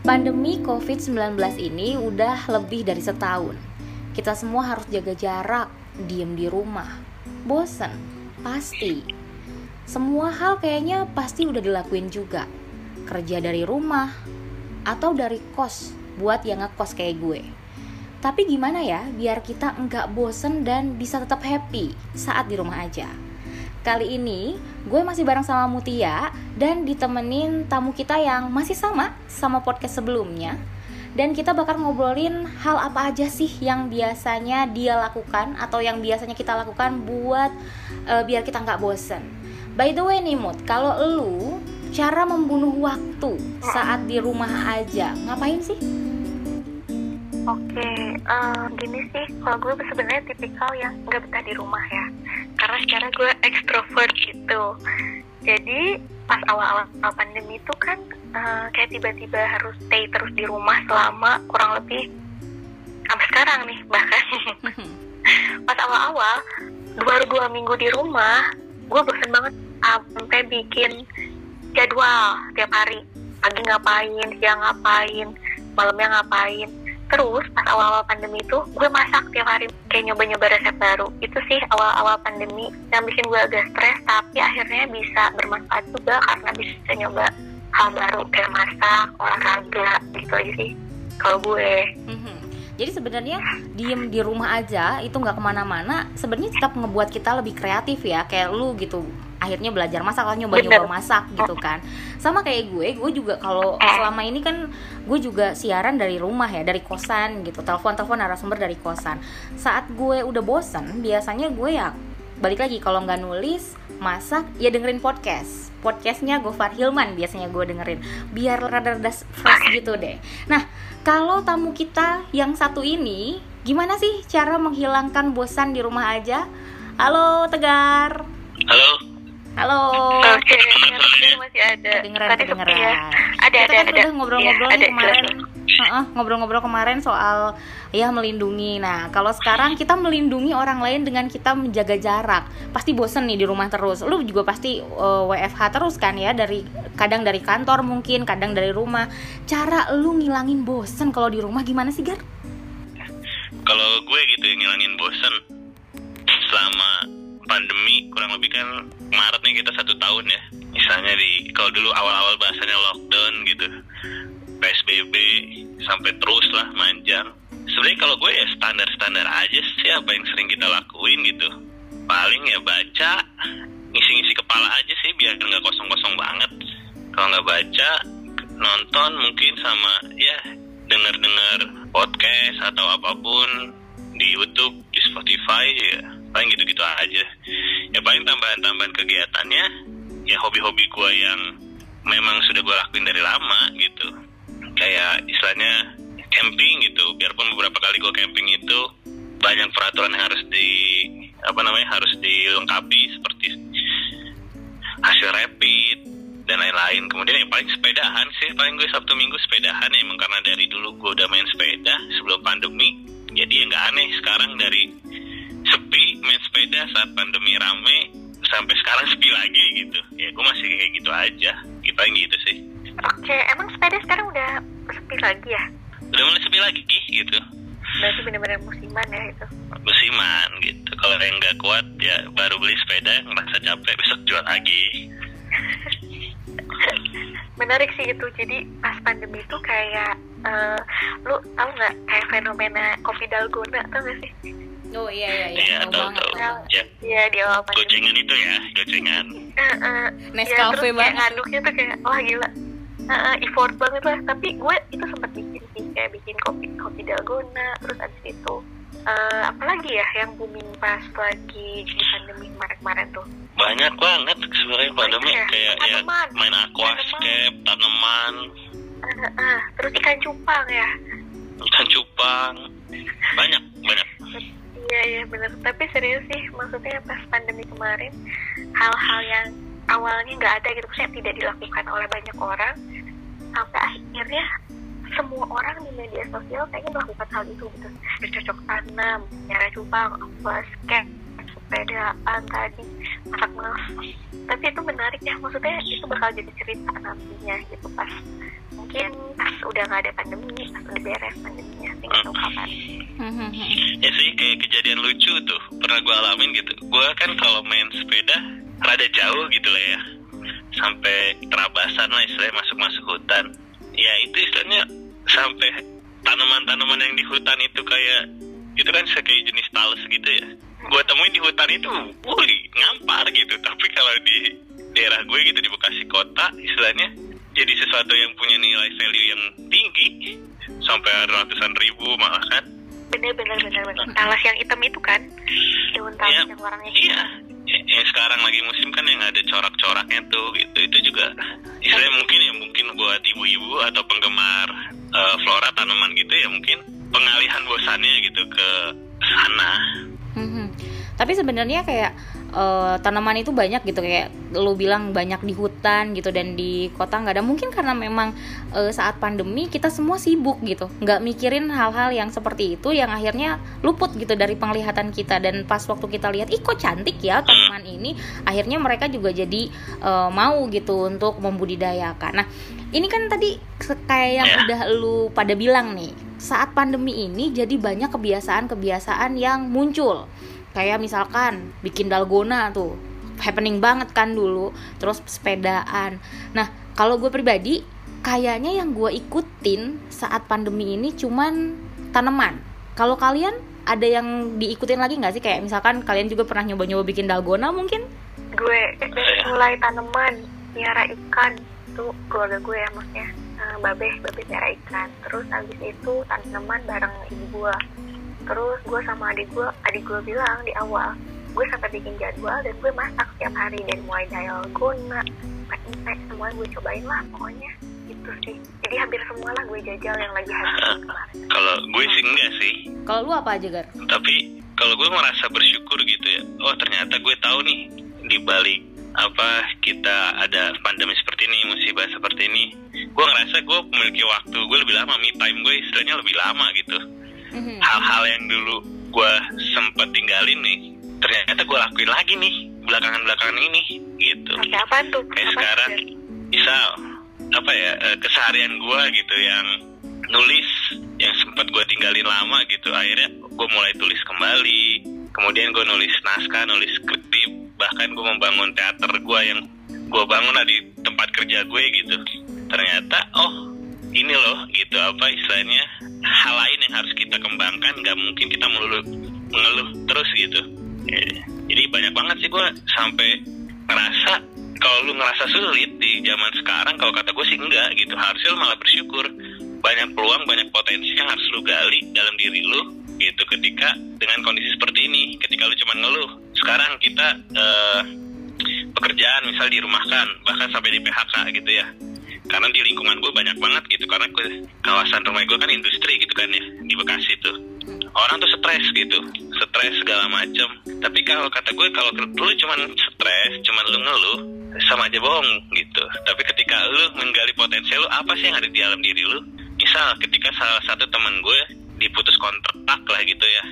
Pandemi COVID-19 ini udah lebih dari setahun. Kita semua harus jaga jarak, diem di rumah. Bosen? Pasti. Semua hal kayaknya pasti udah dilakuin juga. Kerja dari rumah, atau dari kos, buat yang ngekos kayak gue. Tapi gimana ya biar kita nggak bosen dan bisa tetap happy saat di rumah aja? Kali ini gue masih bareng sama Mutia dan ditemenin tamu kita yang masih sama podcast sebelumnya. Dan kita bakal ngobrolin hal apa aja sih yang biasanya dia lakukan atau yang biasanya kita lakukan buat biar kita nggak bosen. By the way nih Mut, kalau lu cara membunuh waktu saat di rumah aja ngapain sih? Oke, gini sih, kalau gue sebenarnya tipikal yang nggak betah di rumah ya, karena secara gue ekstrovert gitu. Jadi pas awal-awal pandemi itu kan kayak tiba-tiba harus stay terus di rumah selama kurang lebih sampai sekarang nih bahkan. Pas awal-awal baru 2 minggu di rumah, gue bosan banget sampai bikin jadwal tiap hari, pagi ngapain, siang ngapain, malamnya ngapain. Terus pas awal-awal pandemi itu gue masak tiap hari, kayak nyoba-nyoba resep baru. Itu sih awal-awal pandemi yang bikin gue agak stres, tapi akhirnya bisa bermanfaat juga karena bisa nyoba hal baru kayak masak, olahraga, gitu aja sih kalau gue. Jadi sebenarnya diem di rumah aja itu nggak kemana-mana, sebenarnya tetap ngebuat kita lebih kreatif ya, kayak lu gitu. Akhirnya belajar masak, kalau nyoba-nyoba masak gitu kan. Sama kayak gue juga kalau selama ini kan gue juga siaran dari rumah ya, dari kosan gitu. Telepon narasumber dari kosan. Saat gue udah bosan, biasanya gue ya balik lagi, kalau nggak nulis, masak, ya dengerin podcastnya Gofar Hilman biasanya gue dengerin, biar rada-rada fresh gitu deh. Nah, kalau tamu kita yang satu ini, gimana sih cara menghilangkan bosan di rumah aja? Halo Tegar. Halo. Oke, Tegar masih ada. Kedengeran. Ya. Kita kan ada. udah ngobrol-ngobrol ya, nih kemarin. Ngobrol-ngobrol kemarin soal ya melindungi. Nah, kalau sekarang kita melindungi orang lain dengan kita menjaga jarak. Pasti bosen nih di rumah terus. Lu juga pasti WFH terus kan ya, kadang dari kantor mungkin, kadang dari rumah. Cara lu ngilangin bosen kalau di rumah gimana sih, Gar? Kalau gue gitu ya, ngilangin bosen selama pandemi kurang lebih kan Maret nih kita 1 tahun ya. Misalnya kalau dulu awal-awal bahasanya lockdown gitu, PSBB sampai terus lah manjang. Sebenarnya kalau gue ya standar-standar aja sih apa yang sering kita lakuin gitu. Paling ya baca, ngisi-ngisi kepala aja sih biar nggak kosong-kosong banget. Kalau nggak baca, nonton mungkin sama ya denger podcast atau apapun di YouTube, di Spotify ya. Paling gitu-gitu aja. Ya paling tambahan-tambahan kegiatannya ya hobi-hobi gue yang memang sudah gue lakuin dari lama gitu. Kayak istilahnya camping gitu. Biarpun beberapa kali gue camping itu banyak peraturan yang harus harus dilengkapi seperti hasil rapid dan lain-lain. Kemudian yang paling sepedahan sih, paling gue Sabtu Minggu sepedahan ya, emang karena dari dulu gue udah main sepeda sebelum pandemi. Jadi ya nggak aneh sekarang dari sepi main sepeda saat pandemi rame sampai sekarang sepi lagi gitu. Ya gue masih kayak gitu aja, paling gitu sih. Oke, emang sepeda sekarang udah sepi lagi ya? Udah mulai sepi lagi gitu. Berarti benar-benar musiman ya itu. Musiman gitu. Kalau yang nggak kuat ya baru beli sepeda, ngerasa capek besok jual lagi. Menarik sih itu. Jadi pas pandemi itu kayak lu tahu nggak kayak fenomena kopi dalgona, tau nggak sih? Oh iya. Iya, tahu. Iya, di awal pandemi. Gocengan itu ya, gocengan. Nescafe ya, banget. Ngaduknya tuh kayak wah gila. Effort banget lah. Tapi gue itu sempat bikin sih, kayak bikin kopi dalgona. Terus abis itu apalagi ya yang booming pas lagi di pandemi kemarin tuh. Banyak banget sebenarnya pandemi ya? Kayak ya main aquascape, tanaman. Terus ikan cupang ya. Ikan cupang. Banyak. Iya benar. Tapi serius sih, maksudnya pas pandemi kemarin hal-hal yang awalnya nggak ada gitu, maksudnya tidak dilakukan oleh banyak orang, sampai akhirnya semua orang di media sosial kayaknya melakukan hal itu gitu. Bercocok tanam, nyara cupang, basket, sepedaan tadi, masak. Tapi itu menarik ya, maksudnya itu bakal jadi cerita nantinya gitu pas mungkin pas udah nggak ada pandemi, pas udah beres pandeminya, nggak tahu kapan. Ya sih, kayak kejadian lucu tuh pernah gue alamin gitu. Gue kan kalau main sepeda rada jauh gitu lah ya, sampai terabasan lah istilahnya, masuk hutan. Ya itu istilahnya sampai tanaman-tanaman yang di hutan itu kayak itu kan kayak jenis talas gitu ya, gue temuin di hutan itu, ngampar gitu. Tapi kalau di daerah gue gitu, di Bekasi kota istilahnya, jadi sesuatu yang punya nilai value yang tinggi sampai ratusan ribu malah kan. Bener. Talas yang hitam itu kan, daun talas Ya, yang warnanya iya. Yang sekarang lagi musim kan yang ada corak-coraknya tuh gitu. Itu juga istilahnya mungkin buat ibu-ibu atau penggemar flora tanaman gitu ya, mungkin pengalihan bosannya gitu ke sana. Tapi sebenarnya kayak tanaman itu banyak gitu, kayak lu bilang banyak di hutan gitu dan di kota nggak ada. Mungkin karena memang saat pandemi kita semua sibuk gitu, nggak mikirin hal-hal yang seperti itu, yang akhirnya luput gitu dari penglihatan kita. Dan pas waktu kita lihat, kok cantik ya tanaman ini, akhirnya mereka juga jadi mau gitu untuk membudidayakan. Nah ini kan tadi kayak yang udah lu pada bilang nih, saat pandemi ini jadi banyak kebiasaan-kebiasaan yang muncul. Kayak misalkan bikin dalgona tuh happening banget kan dulu. Terus sepedaan. Nah kalau gue pribadi, kayaknya yang gue ikutin saat pandemi ini cuman tanaman. Kalau kalian ada yang diikutin lagi gak sih? Kayak misalkan kalian juga pernah nyoba-nyoba bikin dalgona mungkin? Gue mulai tanaman, piara ikan. Itu keluarga gue ya, maksudnya babe piara ikan. Terus habis itu tanaman bareng ibu gue. Terus gue sama adik gue bilang di awal, gue sampai bikin jadwal dan gue masak setiap hari, dari mulai dalgona, pete, semuanya gue cobain lah pokoknya. Itu sih, jadi hampir semua lah gue jajal yang lagi habis kemarin. Kalau gue sih enggak sih. Kalau lu apa aja, Gar? Tapi kalau gue merasa bersyukur gitu ya, oh ternyata gue tahu nih di balik apa kita ada pandemi seperti ini, musibah seperti ini, gue ngerasa gue memiliki waktu gue lebih lama, me time gue istilahnya lebih lama gitu. Hal-hal yang dulu gue sempet tinggalin nih, ternyata gue lakuin lagi nih belakangan ini gitu. Sampai apa tuh? Kayak sekarang misal keseharian gue gitu yang nulis yang sempet gue tinggalin lama gitu, akhirnya gue mulai tulis kembali. Kemudian gue nulis naskah, nulis skrip, bahkan gue membangun teater gue yang gue bangun di tempat kerja gue gitu. Ternyata ini loh gitu, apa istilahnya, hal lain yang harus kita kembangkan. Gak mungkin kita mengeluh terus gitu. Jadi banyak banget sih gue sampai ngerasa, kalau lu ngerasa sulit di zaman sekarang, kalau kata gue sih enggak gitu, harusnya lu malah bersyukur. Banyak peluang, banyak potensi yang harus lu gali dalam diri lu gitu, ketika dengan kondisi seperti ini. Ketika lu cuma ngeluh, sekarang kita pekerjaan misal dirumahkan, bahkan sampai di PHK gitu ya, karena di lingkungan gue banyak banget gitu, karena kawasan rumah gue kan industri gitu kan ya, di Bekasi tuh orang tuh stres segala macam. Tapi kalau kata gue, kalau lu cuman stres, cuman lu ngeluh, sama aja bohong gitu. Tapi ketika lu menggali potensi lu, apa sih yang ada di dalam diri lu, misal ketika salah satu teman gue diputus kontrak lah gitu ya,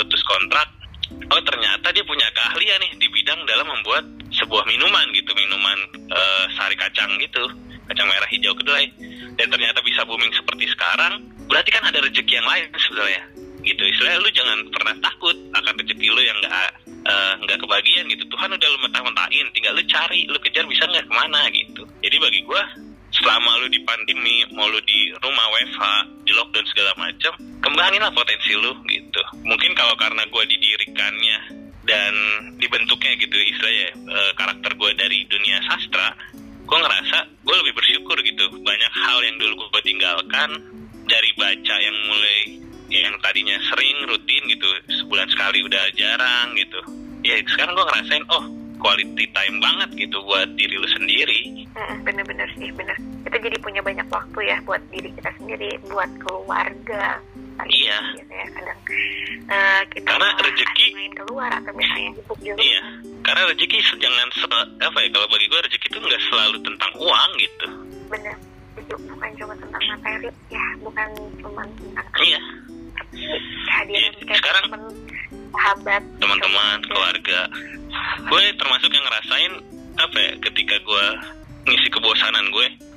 ternyata dia punya keahlian nih di bidang dalam membuat sebuah minuman gitu, minuman sari kacang gitu, kacang merah hijau kedelai, dan ternyata bisa booming seperti sekarang. Berarti kan ada rezeki yang lain sebenarnya gitu. Istilahnya lu jangan pernah takut akan rezeki lu yang nggak kebagian gitu. Tuhan udah lu mentah-mentahin, tinggal lu cari, lu kejar, bisa nggak kemana gitu. Jadi bagi gue, selama lu di pandemi, mau lu di rumah WFH, di lockdown segala macam, kembanginlah potensi lu gitu. Mungkin kalau karena gue didirikannya dan dibentuknya gitu istilahnya, karakter gue dari dunia sastra, gue ngerasa gue lebih bersyukur gitu. Banyak hal yang dulu gue tinggalkan, dari baca yang mulai yang tadinya sering rutin gitu, sebulan sekali udah jarang gitu, ya sekarang gue ngerasain quality time banget gitu buat diri lu sendiri. Bener-bener sih, bener. Kita jadi punya banyak waktu ya buat diri kita sendiri, buat keluarga. Iya. Gitu ya, kadang kita karena rezeki main keluar atau misalnya sibuk di rumah. Iya. Karena rezeki jangan kalau bagi gue rezeki itu nggak selalu tentang uang gitu. Bener. Itu bukan cuma tentang materi ya, bukan cuma tentang kehadiran kayak sekarang sahabat, teman-teman, keluarga. Gue termasuk yang ngerasain ketika gue ngisi kebosanan gue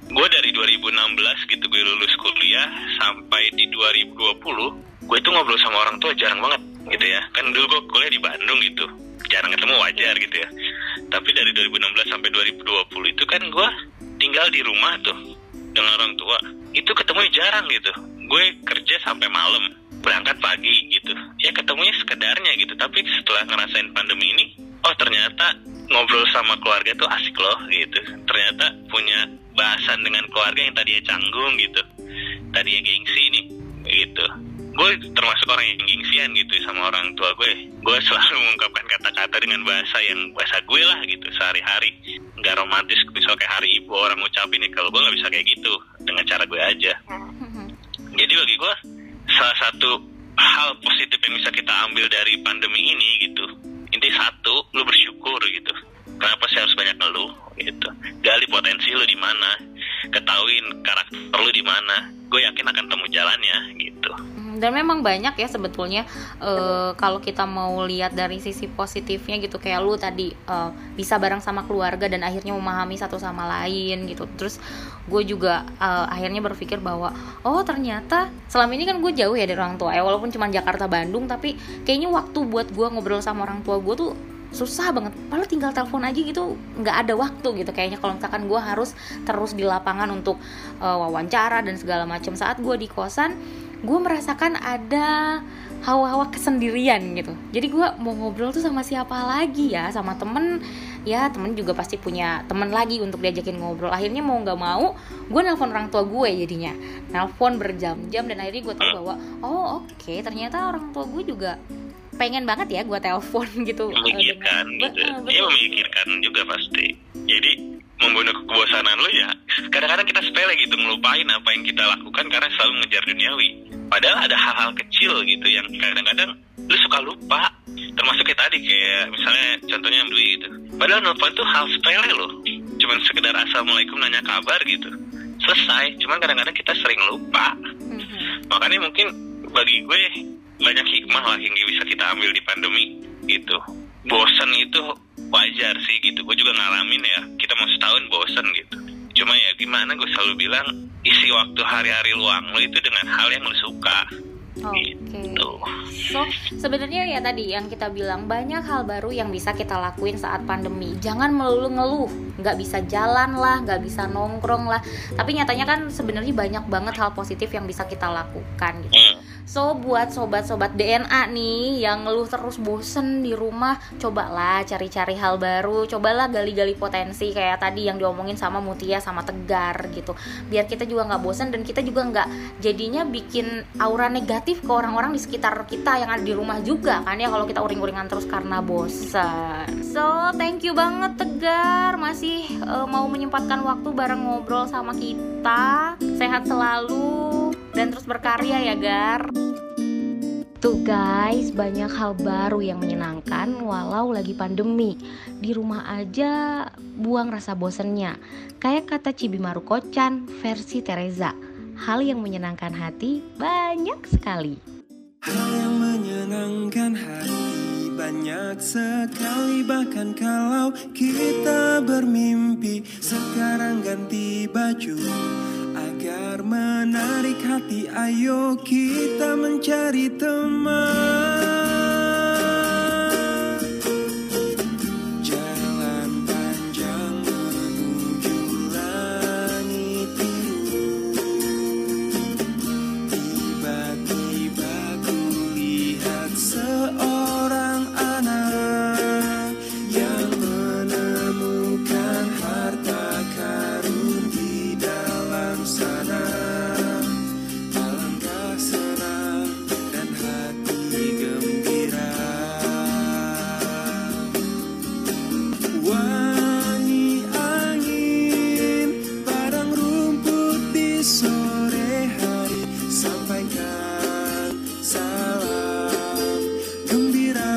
gue dari 2016 gitu gue lulus kuliah sampai di 2020 gue itu ngobrol sama orang tua jarang banget gitu ya. Kan dulu gue kuliah di Bandung gitu, jarang ketemu wajar gitu ya. Tapi dari 2016 sampai 2020 itu kan gue tinggal di rumah tuh dengan orang tua, itu ketemunya jarang gitu. Gue kerja sampai malam, berangkat pagi gitu, ya ketemunya sekedarnya gitu. Tapi setelah ngerasain pandemi ini, oh ternyata ngobrol sama keluarga tuh asik loh gitu. Ternyata punya bahasan dengan keluarga yang tadinya canggung gitu, tadinya gengsi nih gitu. Gue termasuk orang yang gengsian gitu sama orang tua gue. Gue selalu mengungkapkan kata-kata dengan bahasa yang bahasa gue lah gitu sehari-hari. Nggak romantis, misalnya kayak hari ibu orang ngucapin ya. Kalau gue nggak bisa kayak gitu, dengan cara gue aja. Jadi bagi gue salah satu hal positif yang bisa kita ambil dari pandemi ini gitu, intinya satu, lu bersyukur gitu. Kenapa sih harus banyak ngeluh gitu? Gali potensi lu di mana, ketahuin karakter lu di mana. Gue yakin akan temu jalannya gitu. Dan memang banyak ya sebetulnya kalau kita mau lihat dari sisi positifnya gitu, kayak lu tadi bisa bareng sama keluarga dan akhirnya memahami satu sama lain gitu. Terus gue juga akhirnya berpikir bahwa oh ternyata selama ini kan gue jauh ya dari orang tua ya, walaupun cuma Jakarta Bandung, tapi kayaknya waktu buat gue ngobrol sama orang tua gue tuh susah banget. Padahal tinggal telepon aja gitu nggak ada waktu gitu kayaknya kalau misalkan gue harus terus di lapangan untuk wawancara dan segala macam. Saat gue di kosan, gue merasakan ada hawa-hawa kesendirian gitu. Jadi gue mau ngobrol tuh sama siapa lagi ya, sama temen ya, temen juga pasti punya temen lagi untuk diajakin ngobrol. Akhirnya mau nggak mau gue nelpon orang tua gue, jadinya nelpon berjam-jam. Dan akhirnya gue tahu bahwa oh oke, ternyata orang tua gue juga pengen banget ya gue telepon gitu. Memikirkan gitu. Iya memikirkan juga pasti. Jadi membunuh kebosanan lu ya, kadang-kadang kita sepele gitu, ngelupain apa yang kita lakukan karena selalu ngejar duniawi. Padahal ada hal-hal kecil gitu yang kadang-kadang lu suka lupa. Termasuk kayak tadi, kayak misalnya contohnya beli gitu. Padahal nelfon tuh hal sepele loh, cuman sekedar assalamualaikum nanya kabar gitu, selesai. Cuman kadang-kadang kita sering lupa. Makanya mungkin bagi gue banyak hikmah lah yang bisa kita ambil di pandemi gitu. Bosan itu wajar sih gitu, gue juga ngalamin ya, kita mau setahun bosan gitu. Cuma ya gimana, gue selalu bilang isi waktu hari-hari luang lo itu dengan hal yang lo suka. Gitu. So sebenarnya ya tadi yang kita bilang, banyak hal baru yang bisa kita lakuin saat pandemi. Jangan melulu ngeluh, nggak bisa jalan lah, nggak bisa nongkrong lah. Tapi nyatanya kan sebenarnya banyak banget hal positif yang bisa kita lakukan gitu. So buat sobat-sobat DNA nih yang ngeluh terus bosen di rumah, cobalah cari-cari hal baru, cobalah gali-gali potensi kayak tadi yang diomongin sama Mutia sama Tegar gitu. Biar kita juga nggak bosen dan kita juga nggak jadinya bikin aura negatif ke orang-orang di sekitar kita yang ada di rumah juga kan ya, kalau kita uring-uringan terus karena bosen. So thank you banget Tegar masih mau menyempatkan waktu bareng ngobrol sama kita. Sehat selalu dan terus berkarya ya Gar. Tuh guys, banyak hal baru yang menyenangkan walau lagi pandemi. Di rumah aja buang rasa bosennya. Kayak kata Chibi Maruko-chan versi Teresa, hal yang menyenangkan hati banyak sekali. Hal yang menyenangkan hati banyak sekali. Bahkan kalau kita bermimpi, sekarang ganti baju agar menarik hati, ayo kita mencari teman. Jalan panjang menuju langit biru. Tiba-tiba kulihat seorang anak yang menemukan harta karun di dalam sana. Alangkah senang dan hati gembira. Wangi angin padang rumput di sore hari, sampaikan salam gembira.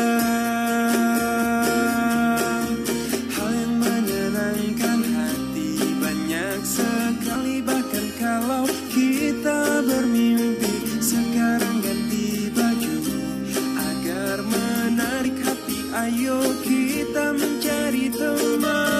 Hal yang menyenangkan hati banyak sekali. Bahkan kalau kita bermimpi, sekarang ganti baju agar menarik hati, ayo kita mencari teman.